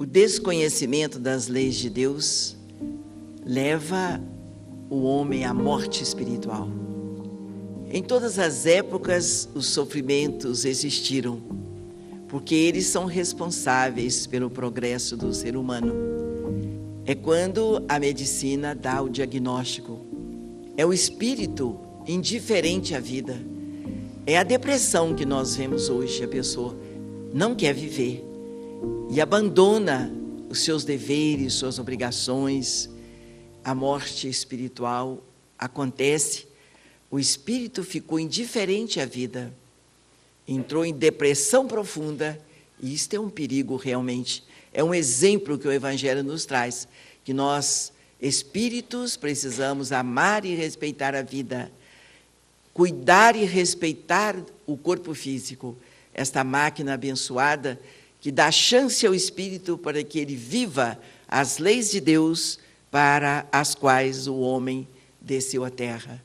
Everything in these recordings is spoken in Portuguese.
desconhecimento das leis de Deus leva o homem à morte espiritual. Em todas as épocas, os sofrimentos existiram, porque eles são responsáveis pelo progresso do ser humano. É quando a medicina dá o diagnóstico. É o espírito indiferente à vida. É a depressão que nós vemos hoje. A pessoa não quer viver e abandona os seus deveres, suas obrigações. A morte espiritual acontece. O espírito ficou indiferente à vida, entrou em depressão profunda, e isto é um perigo realmente. É um exemplo que o Evangelho nos traz, que nós, espíritos, precisamos amar e respeitar a vida, cuidar e respeitar o corpo físico, esta máquina abençoada que dá chance ao espírito para que ele viva as leis de Deus para as quais o homem desceu à terra.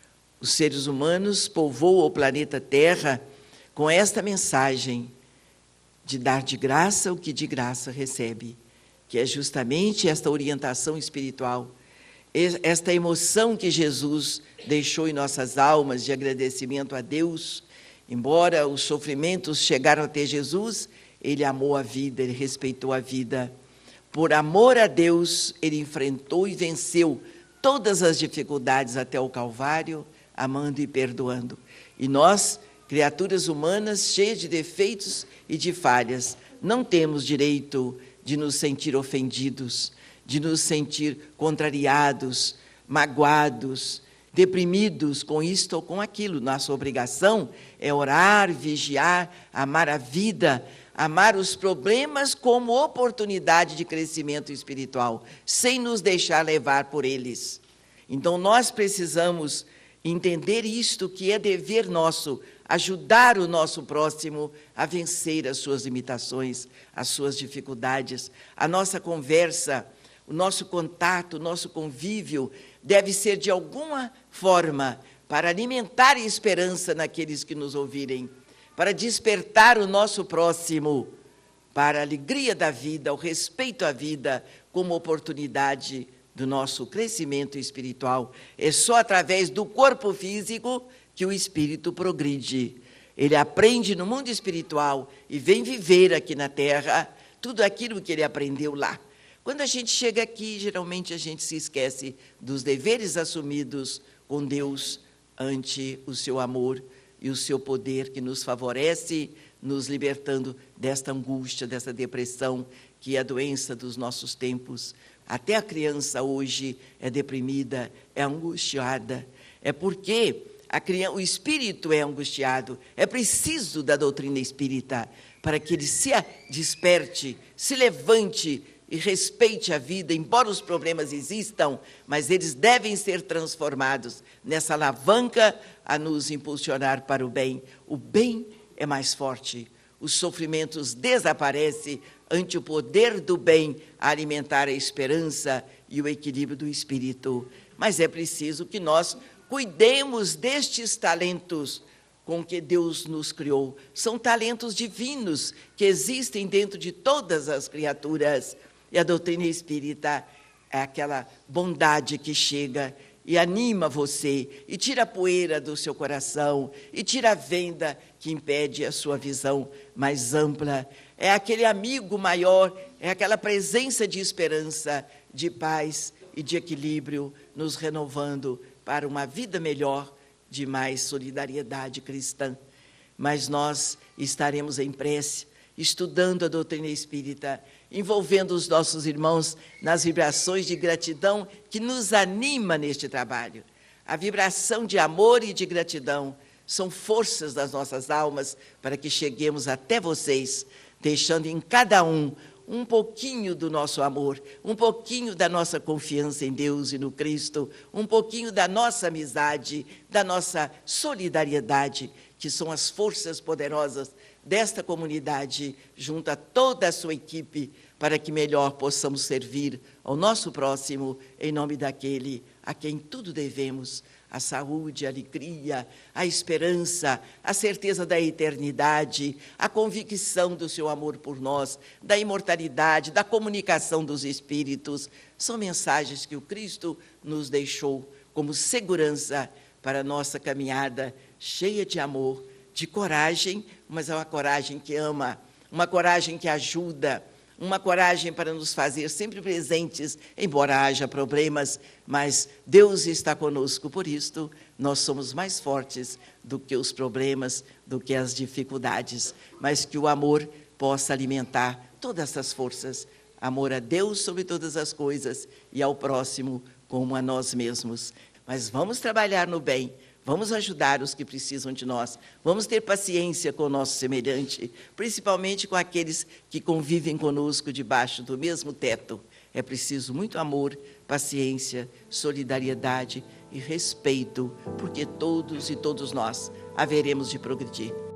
Os seres humanos povoam o planeta Terra com esta mensagem de dar de graça o que de graça recebe, que é justamente esta orientação espiritual, esta emoção que Jesus deixou em nossas almas de agradecimento a Deus. Embora os sofrimentos chegaram até Jesus, ele amou a vida, ele respeitou a vida. Por amor a Deus, ele enfrentou e venceu todas as dificuldades até o Calvário, amando e perdoando. E nós, criaturas humanas cheias de defeitos e de falhas, não temos direito de nos sentir ofendidos, de nos sentir contrariados, magoados, deprimidos com isto ou com aquilo. Nossa obrigação é orar, vigiar, amar a vida, amar os problemas como oportunidade de crescimento espiritual, sem nos deixar levar por eles. Então nós precisamos entender isto, que é dever nosso, ajudar o nosso próximo a vencer as suas limitações, as suas dificuldades. A nossa conversa, o nosso contato, o nosso convívio deve ser de alguma forma para alimentar a esperança naqueles que nos ouvirem, para despertar o nosso próximo para a alegria da vida, o respeito à vida como oportunidade do nosso crescimento espiritual. É só através do corpo físico que o espírito progride. Ele aprende no mundo espiritual e vem viver aqui na Terra tudo aquilo que ele aprendeu lá. Quando a gente chega aqui, geralmente a gente se esquece dos deveres assumidos com Deus ante o seu amor e o seu poder que nos favorece, nos libertando desta angústia, dessa depressão, que é a doença dos nossos tempos. Até a criança hoje é deprimida, é angustiada. É porque o espírito é angustiado. É preciso da doutrina espírita para que ele se desperte, se levante e respeite a vida, embora os problemas existam, mas eles devem ser transformados nessa alavanca a nos impulsionar para o bem. O bem é mais forte. Os sofrimentos desaparecem ante o poder do bem a alimentar a esperança e o equilíbrio do espírito. Mas é preciso que nós cuidemos destes talentos com que Deus nos criou. São talentos divinos que existem dentro de todas as criaturas. E a doutrina espírita é aquela bondade que chega e anima você, e tira a poeira do seu coração, e tira a venda que impede a sua visão mais ampla. É aquele amigo maior, é aquela presença de esperança, de paz e de equilíbrio, nos renovando para uma vida melhor, de mais solidariedade cristã. Mas nós estaremos em prece, estudando a doutrina espírita, envolvendo os nossos irmãos nas vibrações de gratidão que nos anima neste trabalho. A vibração de amor e de gratidão são forças das nossas almas para que cheguemos até vocês, deixando em cada um pouquinho do nosso amor, um pouquinho da nossa confiança em Deus e no Cristo, um pouquinho da nossa amizade, da nossa solidariedade, que são as forças poderosas desta comunidade, junto a toda a sua equipe, para que melhor possamos servir ao nosso próximo, em nome daquele a quem tudo devemos, a saúde, a alegria, a esperança, a certeza da eternidade, a convicção do seu amor por nós, da imortalidade, da comunicação dos espíritos. São mensagens que o Cristo nos deixou como segurança para a nossa caminhada cheia de amor, de coragem, mas é uma coragem que ama, uma coragem que ajuda, uma coragem para nos fazer sempre presentes, embora haja problemas, mas Deus está conosco, por isto nós somos mais fortes do que os problemas, do que as dificuldades, mas que o amor possa alimentar todas essas forças, amor a Deus sobre todas as coisas e ao próximo como a nós mesmos. Mas vamos trabalhar no bem, vamos ajudar os que precisam de nós, vamos ter paciência com o nosso semelhante, principalmente com aqueles que convivem conosco debaixo do mesmo teto. É preciso muito amor, paciência, solidariedade e respeito, porque todos e todos nós haveremos de progredir.